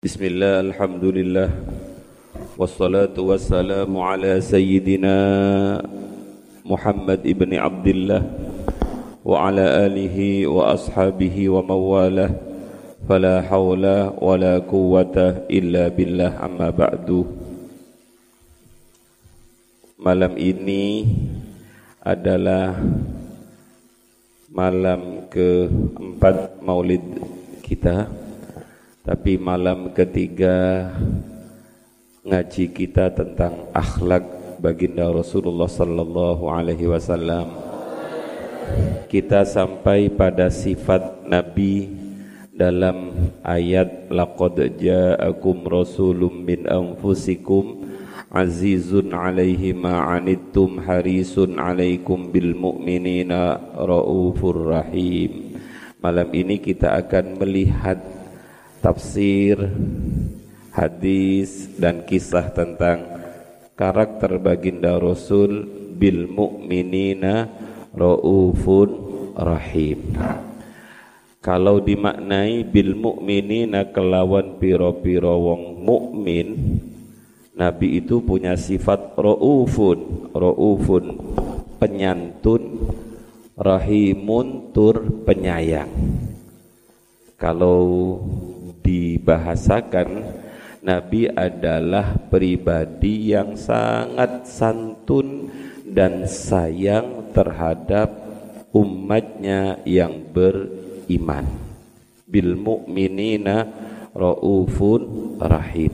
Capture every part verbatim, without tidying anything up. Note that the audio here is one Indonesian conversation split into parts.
Bismillah, alhamdulillah, wassalatu wassalamu ala sayyidina Muhammad ibn Abdullah wa ala alihi wa ashabihi wa mawalah, fala hawla wa la quwwata illa billah, amma ba'du. Malam ini adalah malam keempat maulid kita, tapi malam ketiga ngaji kita tentang akhlak baginda Rasulullah sallallahu alaihi wasallam. Kita sampai pada sifat Nabi dalam ayat laqad ja'akum rasulun min anfusikum azizun alaihi ma anittum harisun alaikum bil mu'minina raufur rahim. Malam ini kita akan melihat tafsir, hadis dan kisah tentang karakter baginda Rasul bil mu'minina raufun rahim. Kalau dimaknai bil mu'minina kelawan piro-piro wong mukmin, Nabi itu punya sifat raufun, raufun penyantun, rahimun tur penyayang. Kalau dibahasakan, Nabi adalah pribadi yang sangat santun dan sayang terhadap umatnya yang beriman. Bil mu'minina raufun rahim.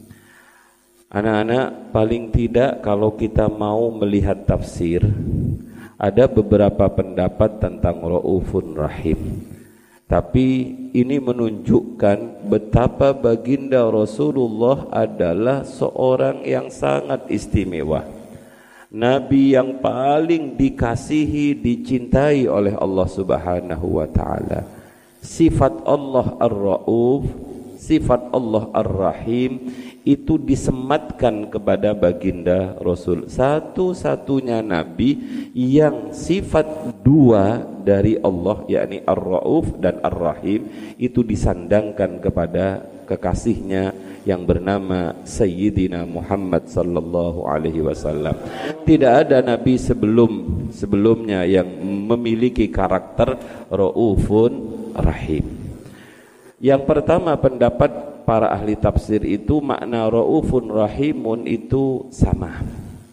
Anak-anak, paling tidak kalau kita mau melihat tafsir, ada beberapa pendapat tentang raufun rahim. Tapi ini menunjukkan betapa baginda Rasulullah adalah seorang yang sangat istimewa. Nabi yang paling dikasihi, dicintai oleh Allah Subhanahu wa taala. Sifat Allah Ar-Rauf, sifat Allah Ar-Rahim itu disematkan kepada baginda Rasul. Satu-satunya Nabi yang sifat dua dari Allah, yakni Ar-Rauf dan Ar-Rahim, itu disandangkan kepada kekasihnya yang bernama Sayyidina Muhammad sallallahu alaihi wasallam. Tidak ada Nabi sebelum sebelumnya yang memiliki karakter Raufun Rahim. Yang pertama, pendapat para ahli tafsir itu makna raufun rahimun itu sama.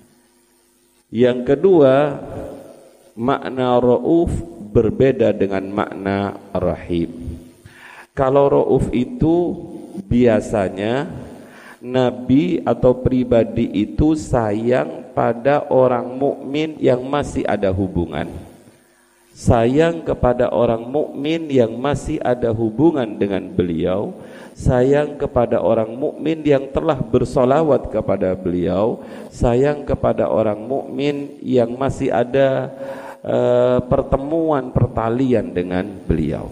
Yang kedua, makna rauf berbeda dengan makna rahim. Kalau rauf itu biasanya Nabi atau pribadi itu sayang pada orang mukmin yang masih ada hubungan. Sayang kepada orang mukmin yang masih ada hubungan dengan beliau, sayang kepada orang mukmin yang telah bersolawat kepada beliau, sayang kepada orang mukmin yang masih ada uh, pertemuan pertalian dengan beliau.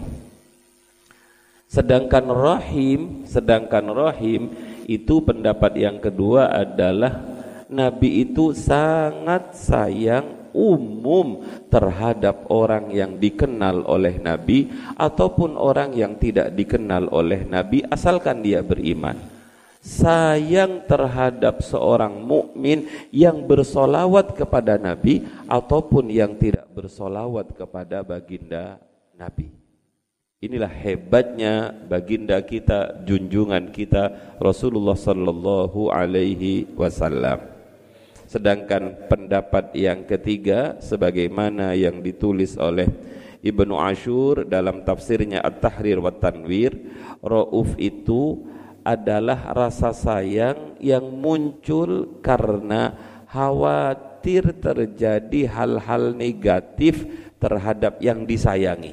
Sedangkan rahim, sedangkan rahim itu pendapat yang kedua adalah Nabi itu sangat sayang umum terhadap orang yang dikenal oleh Nabi ataupun orang yang tidak dikenal oleh Nabi, asalkan dia beriman. Sayang terhadap seorang mukmin yang bersolawat kepada Nabi ataupun yang tidak bersolawat kepada baginda Nabi. Inilah hebatnya baginda kita, junjungan kita Rasulullah sallallahu alaihi wasallam. Sedangkan pendapat yang ketiga, sebagaimana yang ditulis oleh Ibnu Ashur dalam tafsirnya At-Tahrir wa Tanwir, rauf itu adalah rasa sayang yang muncul karena khawatir terjadi hal-hal negatif terhadap yang disayangi.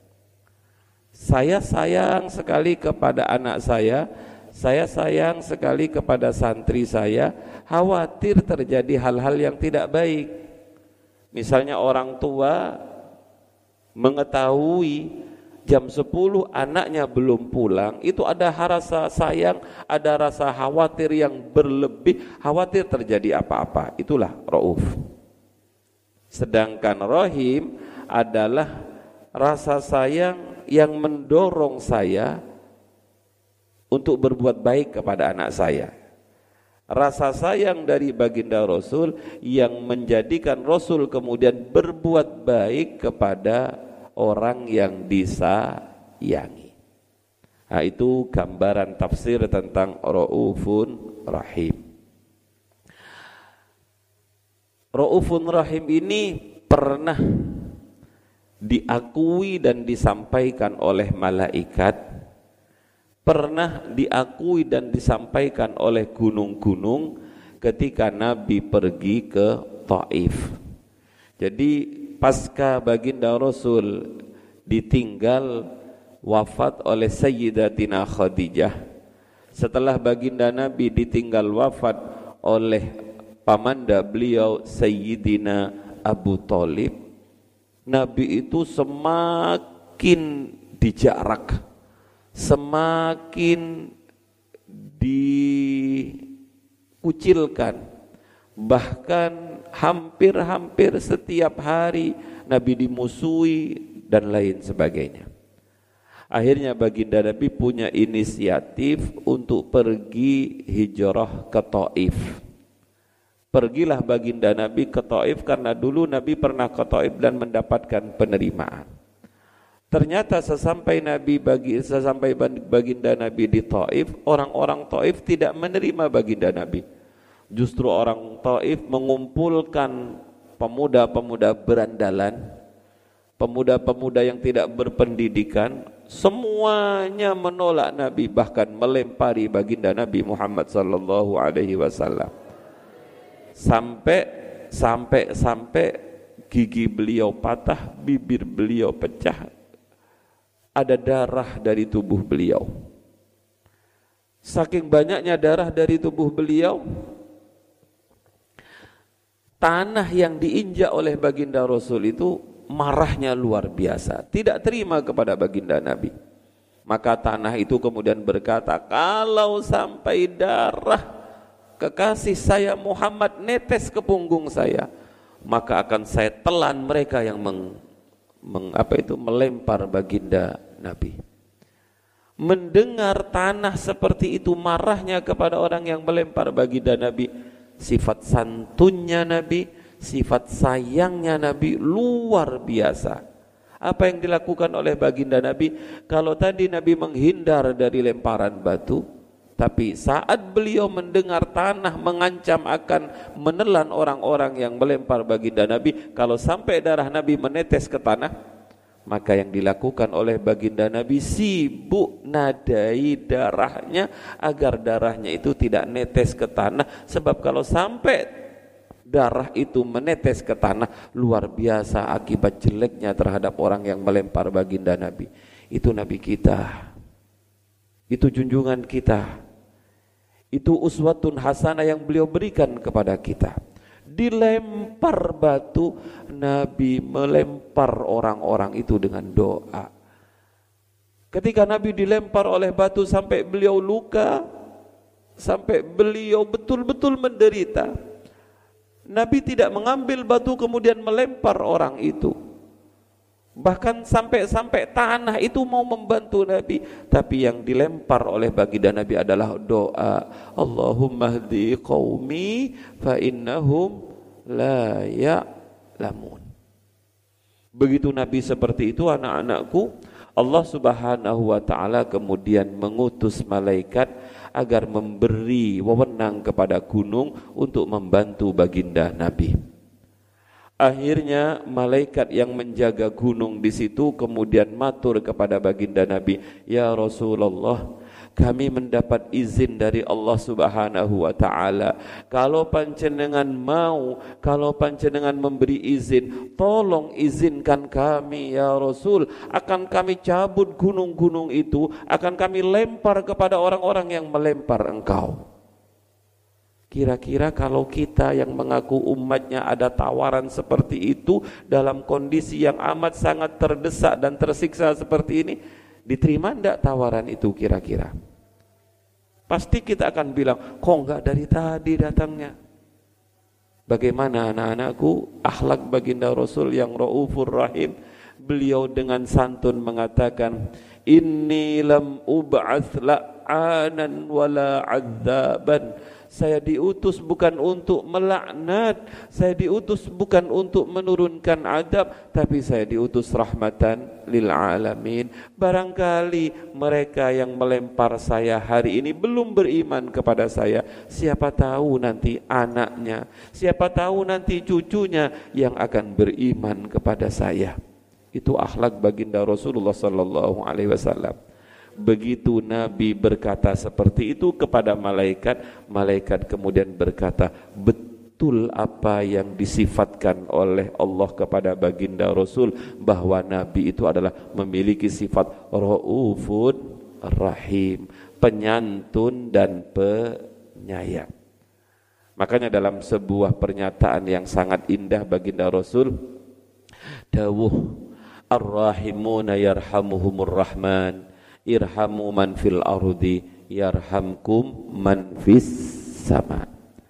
Saya sayang sekali kepada anak saya, saya sayang sekali kepada santri saya, khawatir terjadi hal-hal yang tidak baik. Misalnya orang tua mengetahui jam sepuluh anaknya belum pulang, itu ada rasa sayang, ada rasa khawatir yang berlebih, khawatir terjadi apa-apa. Itulah rauf. Sedangkan rahim adalah rasa sayang yang mendorong saya untuk berbuat baik kepada anak saya. Rasa sayang dari baginda Rasul yang menjadikan Rasul kemudian berbuat baik kepada orang yang disayangi. Nah, itu gambaran tafsir tentang Raufun Rahim. Raufun Rahim ini pernah diakui dan disampaikan oleh malaikat, pernah diakui dan disampaikan oleh gunung-gunung ketika Nabi pergi ke Taif. Jadi pasca baginda Rasul ditinggal wafat oleh Sayyidatina Khadijah, setelah baginda Nabi ditinggal wafat oleh pamanda beliau Sayyidina Abu Thalib, Nabi itu semakin dijarak, semakin dikucilkan, bahkan hampir-hampir setiap hari Nabi dimusuhi dan lain sebagainya. Akhirnya baginda Nabi punya inisiatif untuk pergi hijrah ke Taif. Pergilah baginda Nabi ke Taif karena dulu Nabi pernah ke Taif dan mendapatkan penerimaan. Ternyata sesampai Nabi bagi sesampai baginda Nabi di Taif, orang-orang Taif tidak menerima baginda Nabi. Justru orang Taif mengumpulkan pemuda-pemuda berandalan, pemuda-pemuda yang tidak berpendidikan, semuanya menolak Nabi, bahkan melempari baginda Nabi Muhammad sallallahu alaihi wasallam. Sampai sampai sampai gigi beliau patah, bibir beliau pecah, ada darah dari tubuh beliau. Saking banyaknya darah dari tubuh beliau, tanah yang diinjak oleh baginda Rasul itu marahnya luar biasa, tidak terima kepada baginda Nabi. Maka tanah itu kemudian berkata, kalau sampai darah kekasih saya Muhammad netes ke punggung saya, maka akan saya telan mereka yang meng, meng, apa itu, melempar baginda Nabi. Mendengar tanah seperti itu marahnya kepada orang yang melempar baginda Nabi, sifat santunnya Nabi, sifat sayangnya Nabi luar biasa. Apa yang dilakukan oleh baginda Nabi? Kalau tadi Nabi menghindar dari lemparan batu, tapi saat beliau mendengar tanah mengancam akan menelan orang-orang yang melempar baginda Nabi, kalau sampai darah Nabi menetes ke tanah, maka yang dilakukan oleh baginda Nabi sibuk nadai darahnya agar darahnya itu tidak netes ke tanah. Sebab kalau sampai darah itu menetes ke tanah, luar biasa akibat jeleknya terhadap orang yang melempar baginda Nabi. Itu Nabi kita, itu junjungan kita, itu uswatun hasanah yang beliau berikan kepada kita. Dilempar batu, Nabi melempar orang-orang itu dengan doa. Ketika Nabi dilempar oleh batu sampai beliau luka, sampai beliau betul-betul menderita, Nabi tidak mengambil batu kemudian melempar orang itu. Bahkan sampai-sampai tanah itu mau membantu Nabi, tapi yang dilempar oleh baginda Nabi adalah doa, Allahumma hdi qaumi fa innahum la ya'lamun. Begitu Nabi seperti itu, anak-anakku, Allah Subhanahu wa taala kemudian mengutus malaikat agar memberi wewenang kepada gunung untuk membantu baginda Nabi. Akhirnya malaikat yang menjaga gunung di situ kemudian matur kepada baginda Nabi, ya Rasulullah, kami mendapat izin dari Allah Subhanahu wa taala. Kalau panjenengan mau, kalau panjenengan memberi izin, tolong izinkan kami ya Rasul, akan kami cabut gunung-gunung itu, akan kami lempar kepada orang-orang yang melempar engkau. Kira-kira kalau kita yang mengaku umatnya ada tawaran seperti itu dalam kondisi yang amat sangat terdesak dan tersiksa seperti ini, diterima enggak tawaran itu kira-kira? Pasti kita akan bilang, kok enggak dari tadi datangnya? Bagaimana anak-anakku akhlak baginda Rasul yang Raufur Rahim? Beliau dengan santun mengatakan, inni lam ub'ats la la'anan wala 'adzaban. Saya diutus bukan untuk melaknat, saya diutus bukan untuk menurunkan adab, tapi saya diutus rahmatan lil alamin. Barangkali mereka yang melempar saya hari ini belum beriman kepada saya. Siapa tahu nanti anaknya, siapa tahu nanti cucunya yang akan beriman kepada saya. Itu akhlak baginda Rasulullah sallallahu alaihi wasallam. Begitu Nabi berkata seperti itu kepada malaikat, malaikat kemudian berkata, betul apa yang disifatkan oleh Allah kepada baginda Rasul, bahwa Nabi itu adalah memiliki sifat Raufun Rahim, penyantun dan penyayang. Makanya dalam sebuah pernyataan yang sangat indah baginda Rasul dawuh, ar-rahimuna yarhamuhumur rahman, irhamu man fil ardi yarhamkum man fis sama.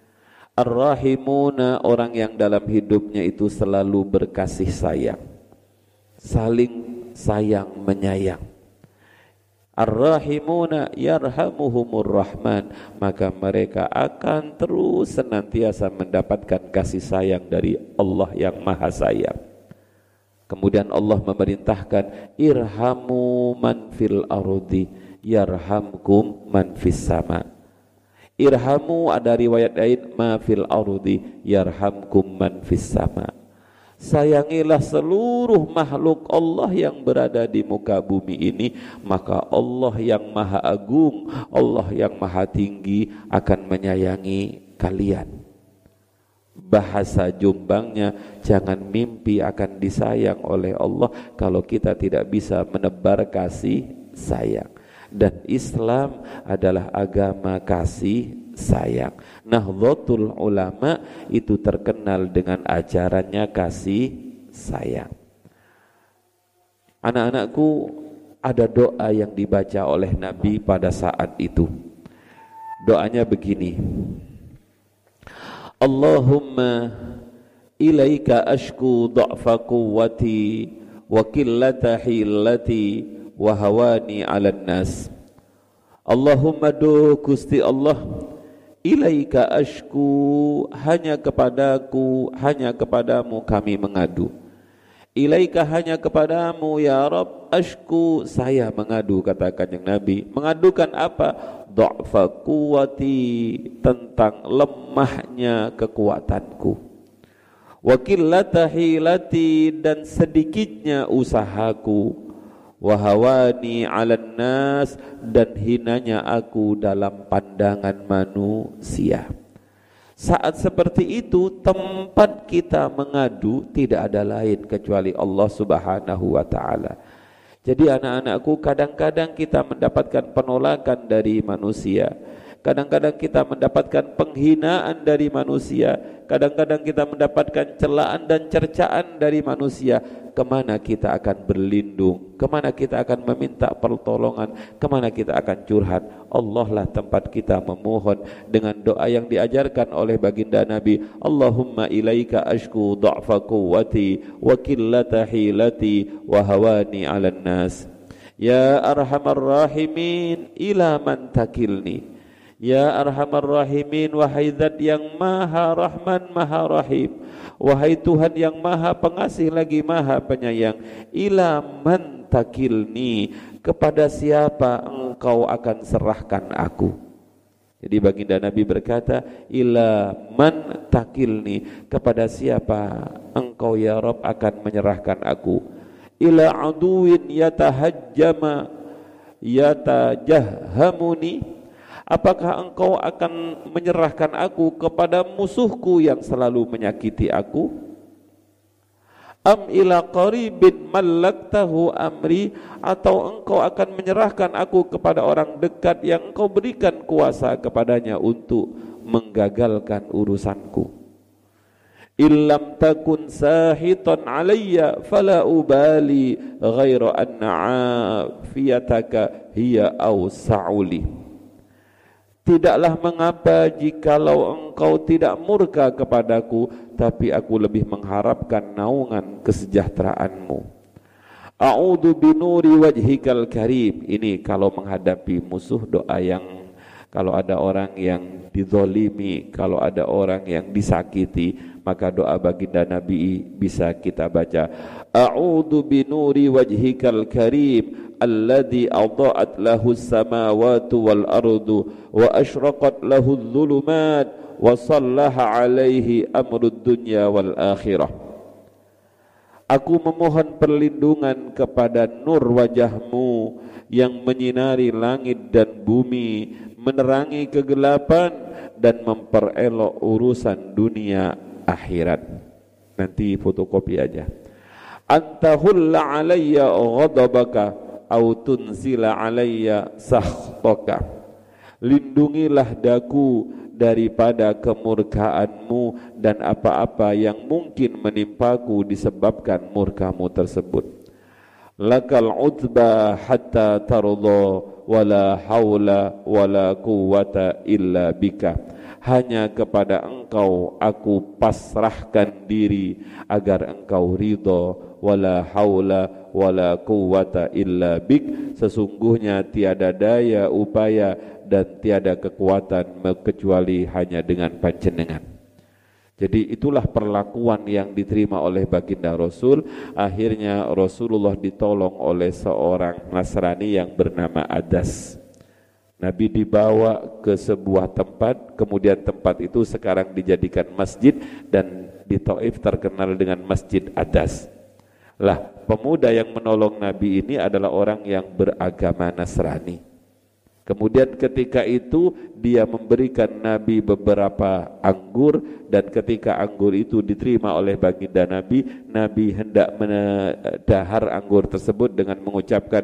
Ar-rahimuna, orang yang dalam hidupnya itu selalu berkasih sayang, saling sayang menyayang. Ar-rahimuna yarhamuhumur rahman, maka mereka akan terus senantiasa mendapatkan kasih sayang dari Allah yang maha sayang. Kemudian Allah memerintahkan, irhamu man fil ardi yarhamkum man fis sama. Irhamu, ada riwayat lain, ma fil ardi yarhamkum man fis sama. Sayangilah seluruh makhluk Allah yang berada di muka bumi ini, maka Allah yang maha agung, Allah yang maha tinggi akan menyayangi kalian. Bahasa Jombangnya, jangan mimpi akan disayang oleh Allah kalau kita tidak bisa menebar kasih sayang. Dan Islam adalah agama kasih sayang. Nahdlatul Ulama itu terkenal dengan ajarannya kasih sayang. Anak-anakku, ada doa yang dibaca oleh Nabi pada saat itu. Doanya begini, Allahumma ilaika ashku dha'fa quwwati wa qillata hilati wa hawani 'alan nas. Allahumma, do Gusti Allah, ilaika ashku, hanya kepadaku, hanya kepadamu kami mengadu. Ilaika, hanya kepadamu ya Rabb, ashku, saya mengadu, kata Kanjeng Nabi. Mengadukan apa? Dha'fa quwwati, tentang lemahnya kekuatanku. Wa qillata hilati, dan sedikitnya usahaku. Wa hawani 'alan nas, dan hinanya aku dalam pandangan manusia. Saat seperti itu, tempat kita mengadu tidak ada lain kecuali Allah Subhanahu wa ta'ala. Jadi anak-anakku, kadang-kadang kita mendapatkan penolakan dari manusia, kadang-kadang kita mendapatkan penghinaan dari manusia, kadang-kadang kita mendapatkan celaan dan cercaan dari manusia. Kemana kita akan berlindung? Kemana kita akan meminta pertolongan? Kemana kita akan curhat? Allah lah tempat kita memohon dengan doa yang diajarkan oleh baginda Nabi. Allahumma ilaika ashku dha'fa quwwati wa qillata hilati wa hawani 'alan nas. Ya arhamar rahimin, ila man takilni. Ya arhamar rahimin, wahai zat yang maha rahman maha rahim, wahai Tuhan yang maha pengasih lagi maha penyayang. Ila man takilni, kepada siapa engkau akan serahkan aku? Jadi baginda Nabi berkata, ila man takilni, kepada siapa engkau ya Rabb akan menyerahkan aku? Ila aduwin yatahajjama yatajahhamuni, apakah engkau akan menyerahkan aku kepada musuhku yang selalu menyakiti aku? Am ila qaribin mallaktahu amri, atau engkau akan menyerahkan aku kepada orang dekat yang engkau berikan kuasa kepadanya untuk menggagalkan urusanku? Illam takun sahitan alayya fala ubali ghaira anna afiyataka hiya awsa'uli. Tidaklah mengapa jikalau engkau tidak murka kepadaku, tapi aku lebih mengharapkan naungan kesejahteraanmu. A'udzu binuri wajhikal karim. Ini kalau menghadapi musuh, doa yang kalau ada orang yang dizalimi, kalau ada orang yang disakiti, maka doa baginda Nabi bisa kita baca. A'udzu binuri wajhikal karim alladzi adha'at lahu as-samawati wal ardu wa asyraqat lahu adh-dhulumat wa sallaha alaihi amrud dunya wal akhirah. Aku memohon perlindungan kepada nur wajahmu yang menyinari langit dan bumi, menerangi kegelapan dan memperelok urusan dunia akhirat. Nanti fotokopi aja. Antahulla alayya ghadabaka au tunzila alayya sakhtaka. Lindungilah daku daripada kemurkaanmu dan apa-apa yang mungkin menimpaku disebabkan murkamu tersebut. Lakal utba hatta tarda wala haula wala quwwata illa bika. Hanya kepada engkau aku pasrahkan diri agar engkau ridha, wala haula wala quwwata illa bik. Sesungguhnya tiada daya upaya dan tiada kekuatan kecuali hanya dengan panjenengan. Jadi itulah perlakuan yang diterima oleh baginda Rasul. Akhirnya Rasulullah ditolong oleh seorang Nasrani yang bernama Adas. Nabi dibawa ke sebuah tempat, kemudian tempat itu sekarang dijadikan masjid dan di Taif terkenal dengan Masjid Adas. Lah, pemuda yang menolong Nabi ini adalah orang yang beragama Nasrani. Kemudian ketika itu dia memberikan Nabi beberapa anggur, dan ketika anggur itu diterima oleh baginda Nabi, Nabi hendak mendahar anggur tersebut dengan mengucapkan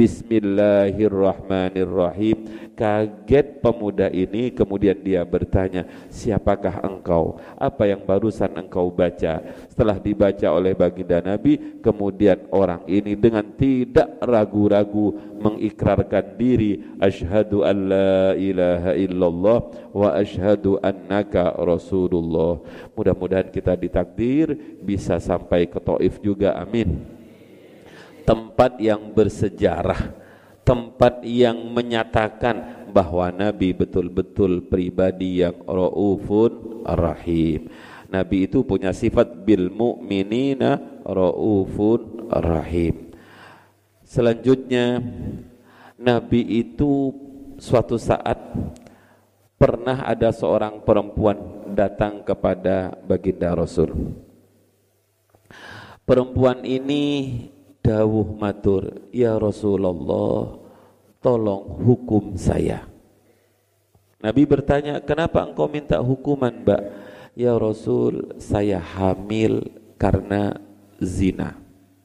Bismillahirrahmanirrahim. Kaget pemuda ini, kemudian dia bertanya, siapakah engkau? Apa yang barusan engkau baca? Setelah dibaca oleh baginda Nabi, kemudian orang ini dengan tidak ragu-ragu mengikrarkan diri, asyhadu an la ilaha illallah wa asyhadu annaka rasulullah. Mudah-mudahan kita ditakdir bisa sampai ke Taif juga, amin. Tempat yang bersejarah, tempat yang menyatakan bahwa Nabi betul-betul pribadi yang raufun rahim. Nabi itu punya sifat bil mu'minina raufun rahim. Selanjutnya, Nabi itu suatu saat pernah ada seorang perempuan datang kepada baginda Rasul. Perempuan ini dawuh matur, ya Rasulullah, tolong hukum saya. Nabi bertanya, kenapa engkau minta hukuman, Mbak? Ya Rasul, saya hamil karena zina.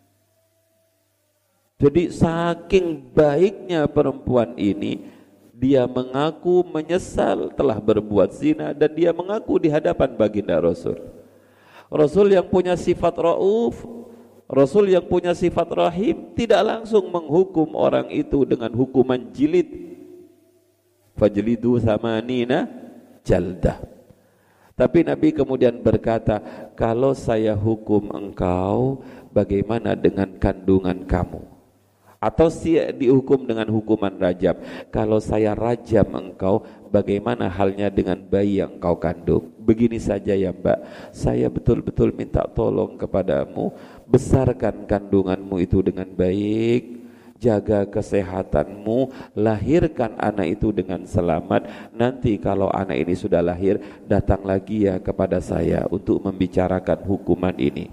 Jadi saking baiknya perempuan ini, dia mengaku menyesal telah berbuat zina dan dia mengaku di hadapan baginda Rasul. Rasul yang punya sifat rauf, Rasul yang punya sifat rahim, tidak langsung menghukum orang itu dengan hukuman jilid. Fajlidu samanina jaldah. Tapi Nabi kemudian berkata, kalau saya hukum engkau, bagaimana dengan kandungan kamu? Atau si dihukum dengan hukuman rajam. Kalau saya rajam engkau, bagaimana halnya dengan bayi yang engkau kandung? Begini saja ya Mbak, saya betul-betul minta tolong kepadamu, besarkan kandunganmu itu dengan baik, jaga kesehatanmu, lahirkan anak itu dengan selamat. Nanti kalau anak ini sudah lahir, datang lagi ya kepada saya untuk membicarakan hukuman ini.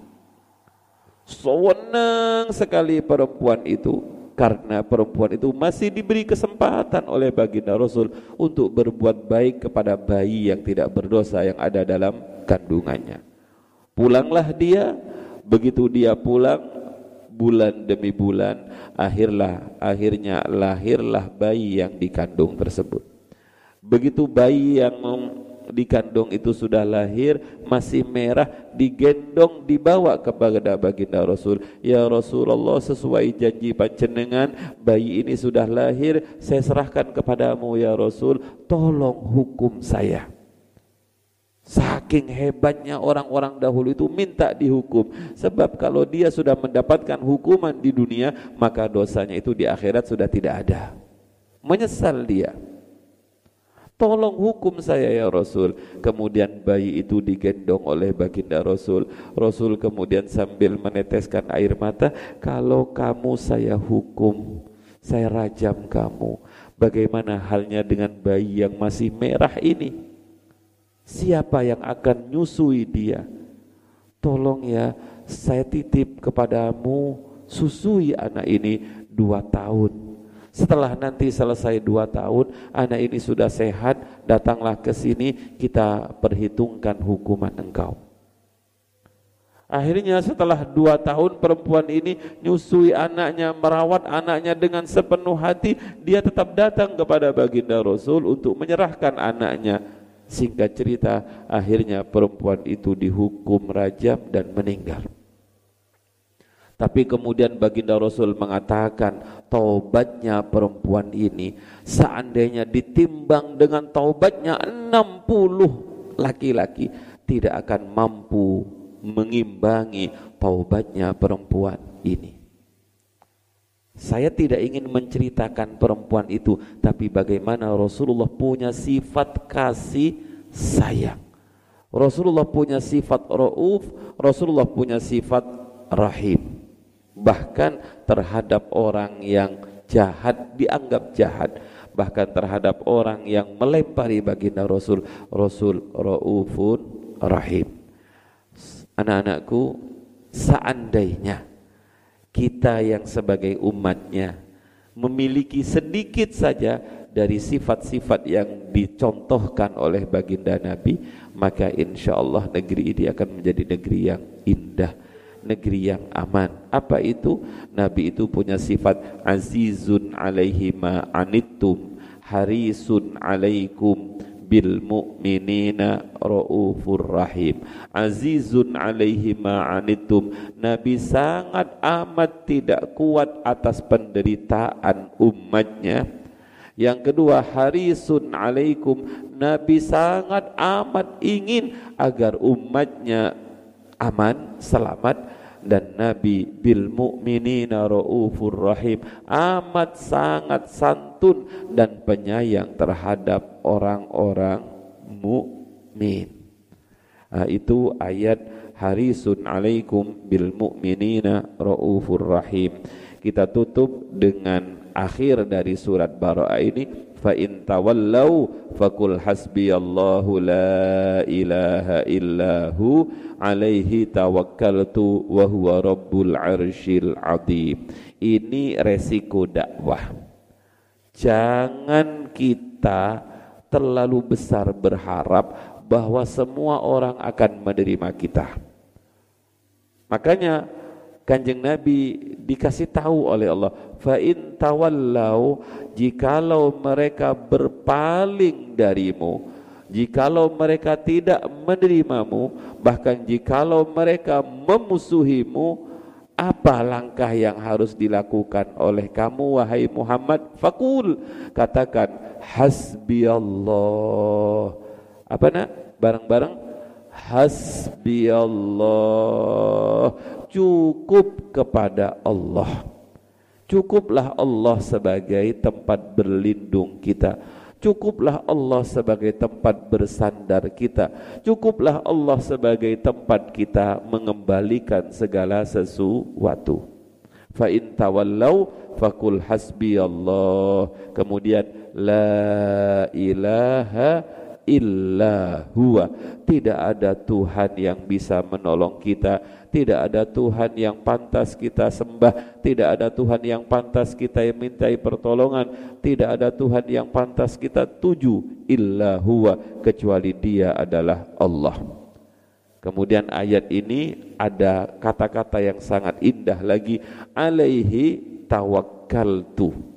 Senang sekali perempuan itu, karena perempuan itu masih diberi kesempatan oleh baginda Rasul untuk berbuat baik kepada bayi yang tidak berdosa yang ada dalam kandungannya. Pulanglah dia, begitu dia pulang, bulan demi bulan, akhirlah akhirnya lahirlah bayi yang dikandung tersebut. Begitu bayi yang dikandung itu sudah lahir, masih merah, digendong dibawa kepada baginda Rasul. Ya Rasulullah, sesuai janji panjenengan, bayi ini sudah lahir, saya serahkan kepadamu ya Rasul, tolong hukum saya. Saking hebatnya orang-orang dahulu itu minta dihukum. Sebab kalau dia sudah mendapatkan hukuman di dunia, maka dosanya itu di akhirat sudah tidak ada. Menyesal dia. Tolong hukum saya ya Rasul. Kemudian bayi itu digendong oleh baginda Rasul. Rasul kemudian sambil meneteskan air mata, kalau kamu saya hukum, saya rajam kamu. Bagaimana halnya dengan bayi yang masih merah ini? Siapa yang akan nyusui dia? Tolong ya, saya titip kepadamu, susui anak ini dua tahun. Setelah nanti selesai dua tahun, anak ini sudah sehat, datanglah ke sini, kita perhitungkan hukuman engkau. Akhirnya setelah dua tahun perempuan ini nyusui anaknya, merawat anaknya dengan sepenuh hati. Dia tetap datang kepada baginda Rasul untuk menyerahkan anaknya. Singkat cerita, akhirnya perempuan itu dihukum rajam dan meninggal. Tapi kemudian baginda Rasul mengatakan, taubatnya perempuan ini seandainya ditimbang dengan taubatnya enam puluh laki-laki, tidak akan mampu mengimbangi taubatnya perempuan ini. Saya tidak ingin menceritakan perempuan itu, tapi bagaimana Rasulullah punya sifat kasih sayang. Rasulullah punya sifat rauf, Rasulullah punya sifat rahim. Bahkan terhadap orang yang jahat dianggap jahat, bahkan terhadap orang yang melempari baginda Rasul, Rasul raufun rahim. Anak-anakku, seandainya kita yang sebagai umatnya memiliki sedikit saja dari sifat-sifat yang dicontohkan oleh baginda Nabi, maka insya Allah negeri ini akan menjadi negeri yang indah, negeri yang aman. Apa itu? Nabi itu punya sifat azizun alaihi ma anittum, harisun alaikum bil mu'minina raufur rahim. Azizun alaihi ma anittum, Nabi sangat amat tidak kuat atas penderitaan umatnya. Yang kedua, harisun alaikum, Nabi sangat amat ingin agar umatnya aman, selamat. Dan Nabi bil mu'minina raufur rahim, amat sangat santun dan penyayang terhadap orang-orang mukmin. Nah, itu ayat harisun alaikum bil mu'minina raufur rahim. Kita tutup dengan akhir dari surat Bara'ah ini, fa in tawallau faqul hasbiyallahu la ilaha illahu alaihi tawakkaltu wa huwa rabbul arsyil azim. Ini resiko dakwah. Jangan kita terlalu besar berharap bahwa semua orang akan menerima kita. Makanya Kanjeng Nabi dikasih tahu oleh Allah, fa in tawallau, jikalau mereka berpaling darimu, jikalau mereka tidak menerimamu, bahkan jikalau mereka memusuhimu, apa langkah yang harus dilakukan oleh kamu wahai Muhammad? Faqul, katakan hasbiyallah. Apa nak? Bareng-bareng, hasbiyallah. Cukup kepada Allah. Cukuplah Allah sebagai tempat berlindung kita. Cukuplah Allah sebagai tempat bersandar kita. Cukuplah Allah sebagai tempat kita mengembalikan segala sesuatu. Fa in tawallau faqul hasbiyallah. Kemudian la ilaha illa huwa, tidak ada Tuhan yang bisa menolong kita, tidak ada Tuhan yang pantas kita sembah, tidak ada Tuhan yang pantas kita mintai pertolongan, tidak ada Tuhan yang pantas kita tuju illa huwa, kecuali Dia adalah Allah. Kemudian ayat ini ada kata-kata yang sangat indah lagi, alaihi tawakkaltu.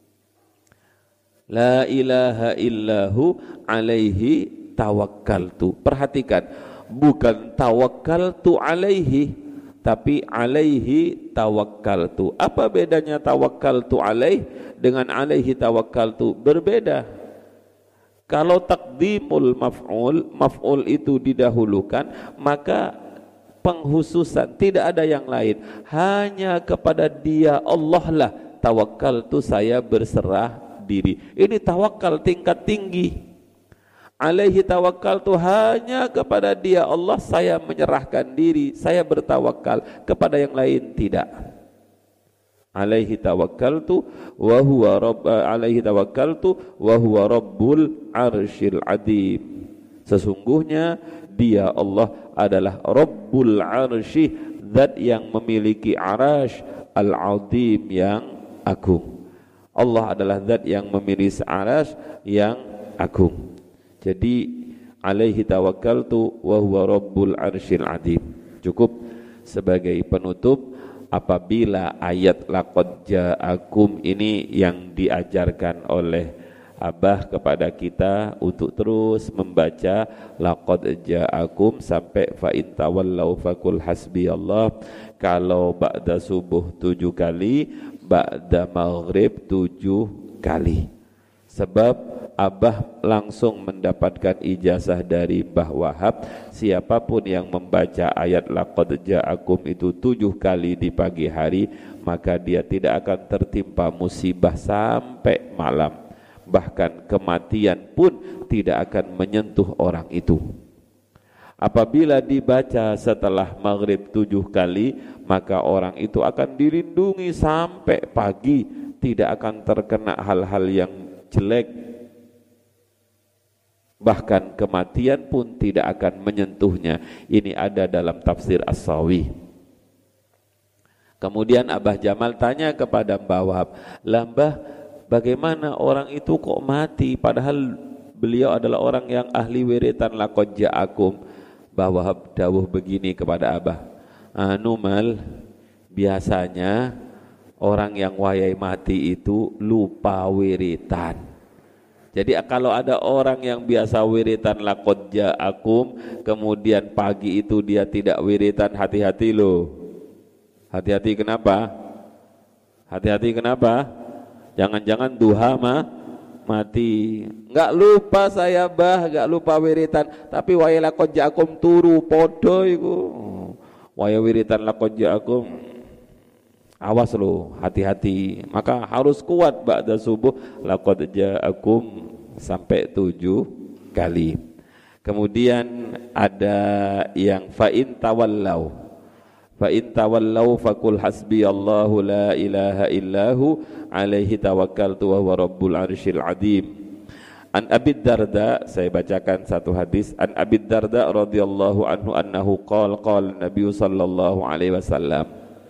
La ilaha illahu alaihi tawakkaltu. Perhatikan, bukan tawakkaltu alaihi, tapi alaihi tawakkaltu. Apa bedanya tawakkaltu alaih dengan alaihi tawakkaltu? Berbeda. Kalau taqdimul maf'ul, maf'ul itu didahulukan, maka penghususan, tidak ada yang lain, hanya kepada Dia Allah lah tawakkaltu, saya berserah diri. Ini tawakal tingkat tinggi. Alaihi tawakkaltu, hanya kepada Dia Allah saya menyerahkan diri, saya bertawakal, kepada yang lain tidak. Alaihi tawakkaltu wa huwa rabb alaihi tawakkaltu wa huwa rabbul arsyil adzim. Sesungguhnya Dia Allah adalah Rabbul arsy, zat yang memiliki arasy, al-adzim yang agung. Allah adalah zat yang memiliki arasy yang agung. Jadi alaihi tawakkaltu wa huwa rabbul arsyil adzim. Cukup sebagai penutup. Apabila ayat laqad ja'akum ini yang diajarkan oleh Abah kepada kita untuk terus membaca laqad ja'akum sampai fa in tawallau faqul hasbiyallah. Kalau ba'da subuh tujuh kali, ba'da maghrib tujuh kali. Sebab Abah langsung mendapatkan ijazah dari Mbah Wahab, siapapun yang membaca ayat laqad ja'akum itu tujuh kali di pagi hari, maka dia tidak akan tertimpa musibah sampai malam. Bahkan kematian pun tidak akan menyentuh orang itu. Apabila dibaca setelah maghrib tujuh kali, maka orang itu akan dilindungi sampai pagi, tidak akan terkena hal-hal yang jelek. Bahkan kematian pun tidak akan menyentuhnya. Ini ada dalam tafsir As-Sawi. Kemudian Abah Jamal tanya kepada Mbah Wahab, "Lah Mbah, bagaimana orang itu kok mati padahal beliau adalah orang yang ahli wiritan laqad ja'akum?" Mbah Wahab dawuh begini kepada Abah, "Anu mal, biasanya orang yang wayai mati itu lupa wiritan. Jadi kalau ada orang yang biasa wiritan laqad ja'akum, kemudian pagi itu dia tidak wiritan, hati-hati loh. Hati-hati kenapa? Hati-hati kenapa? Jangan-jangan duha mah mati. Enggak lupa saya Bah, enggak lupa wiritan, tapi waya laqad ja'akum turu podo iku. Waya wiritan laqad ja'akum, awas lo, hati-hati. Maka harus kuat ba'da subuh laqad ja'akum sampai tujuh kali. Kemudian ada yang fa in tawallau, fa in tawallau faqul hasbiyallahu la ilaha illahu alaihi tawakkaltu wa huwa rabbul arsyil adzim. An Abi Darda, saya bacakan satu hadis. An Abi Darda radhiyallahu anhu annahu qala qala Nabi sallallahu alaihi wasallam,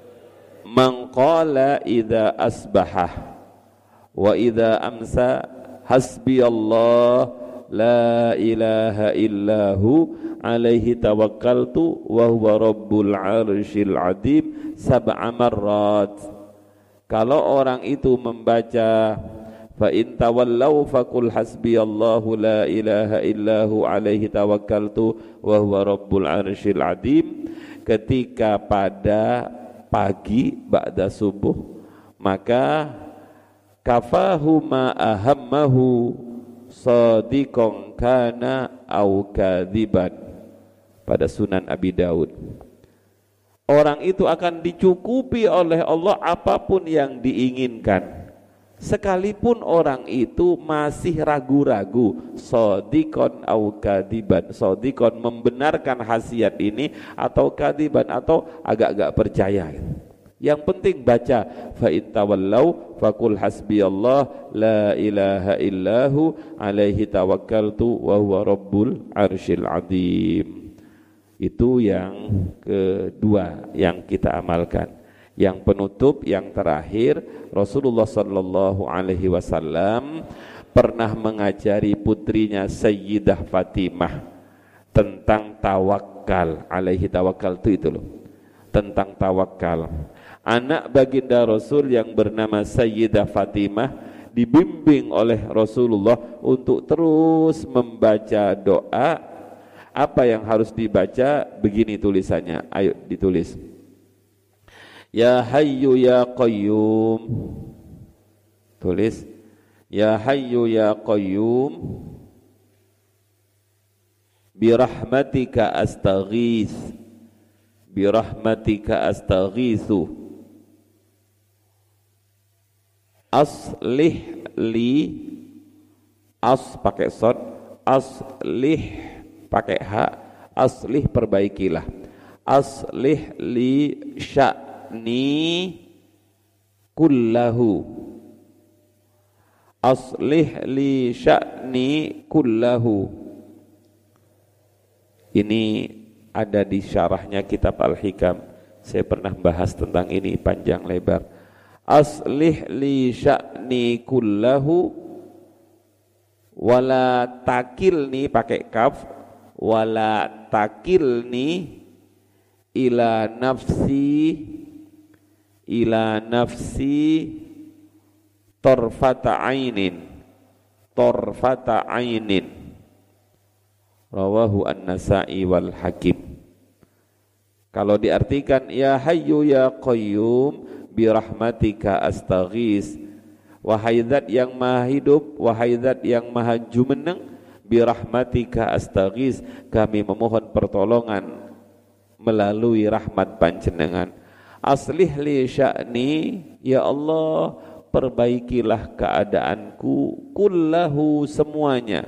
man qala idza asbaha wa idza amsa hasbiyallah la ilaha illahu alaihi tawakkaltu wa huwa rabbul arsyil adzim sab'a marrat. Kalau orang itu membaca fa in tawallau faqul hasbiyallahu la ilaha illahu alaihi tawakkaltu wa huwa rabbul arsyil adzim ketika pada pagi ba'da subuh, maka kafahu ma ahammahu sadiqan kana au kadziban. Pada Sunan Abi Daud, orang itu akan dicukupi oleh Allah apapun yang diinginkan, sekalipun orang itu masih ragu-ragu. Sadiqan au kadziban, sadiqan membenarkan khasiat ini, atau kadziban atau agak-agak percaya. Yang penting baca fa in tawallau faqul hasbiyallah la ilaha illahu alaihi tawakkaltu wa huwa rabbul arsyil adzim. Itu yang kedua yang kita amalkan. Yang penutup, yang terakhir, Rasulullah sallallahu alaihi wasallam pernah mengajari putrinya Sayyidah Fatimah tentang tawakal. Alaihi tawakkaltu itu loh, tentang tawakal. Anak baginda Rasul yang bernama Sayyidah Fatimah dibimbing oleh Rasulullah untuk terus membaca doa. Apa yang harus dibaca? Begini tulisannya, ayo ditulis. Ya Hayyu Ya Qayyum. Tulis, Ya Hayyu Ya Qayyum. birahmatika astaghits, birahmatika astaghitsu, aslih li, as pakai sod, aslih pakai ha, aslih perbaikilah, aslih li sya'ni kullahu, aslih li sya'ni kullahu. Ini ada di syarahnya kitab Al-Hikam. Saya pernah bahas tentang ini panjang lebar. Aslih li sya'ni kullahu wala takilni pakai kaf, wala takilni ila nafsi, ila nafsi torfata ainin, torfata ainin. Rawahu An-Nasa'i wal Hakim. Kalau diartikan ya hayyu ya qayyum birahmatika astaghis, wahai zat yang maha hidup, wahai zat yang maha jumeneng, birahmatika astaghis, kami memohon pertolongan melalui rahmat panjenengan. Aslih li sya'ni, ya Allah perbaikilah keadaanku, kullahu semuanya.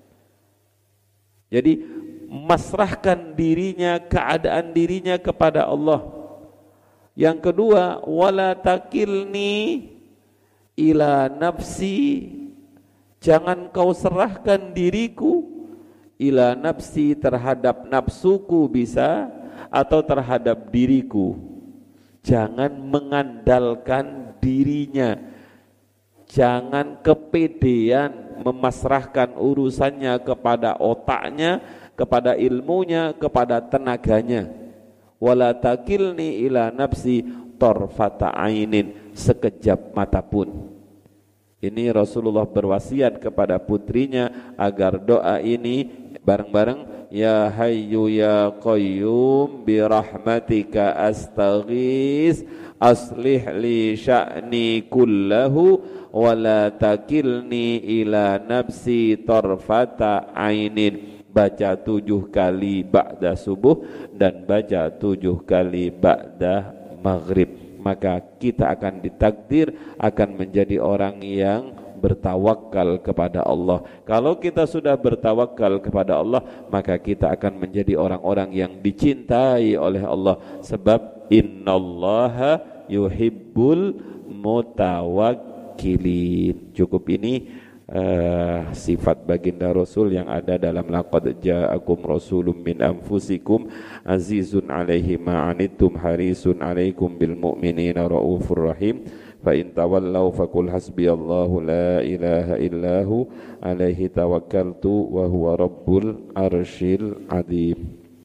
Jadi masrahkan dirinya, keadaan dirinya kepada Allah. Yang kedua, wala takilni ila nafsi, jangan kau serahkan diriku ila nafsi, terhadap nafsuku bisa, atau terhadap diriku. Jangan mengandalkan dirinya, jangan kepedean memasrahkan urusannya kepada otaknya, kepada ilmunya, kepada tenaganya. Wala takilni ila nafsi torfata ainin, sekejap mata pun. Ini Rasulullah berwasiat kepada putrinya agar doa ini bareng-bareng, ya hayyu ya qayyum birahmatika astaghis, aslih li sya'ni kullahu wala takilni ila nafsi torfata ainin. Baca tujuh kali ba'da subuh dan baca tujuh kali ba'da maghrib, maka kita akan ditakdir akan menjadi orang yang bertawakal kepada Allah. Kalau kita sudah bertawakal kepada Allah, maka kita akan menjadi orang-orang yang dicintai oleh Allah, sebab innallaha yuhibbul mutawakkilin. Cukup ini Uh, sifat baginda Rasul yang ada dalam laqad ja'akum rasulun min anfusikum azizun alaihi ma'anittum harisun alaikum bil mu'minina raufur rahim. Fa in tawallaw faqul hasbiyallahu la ilaha illahu alaihi tawakkaltu wa huwa rabbul arsyil azim.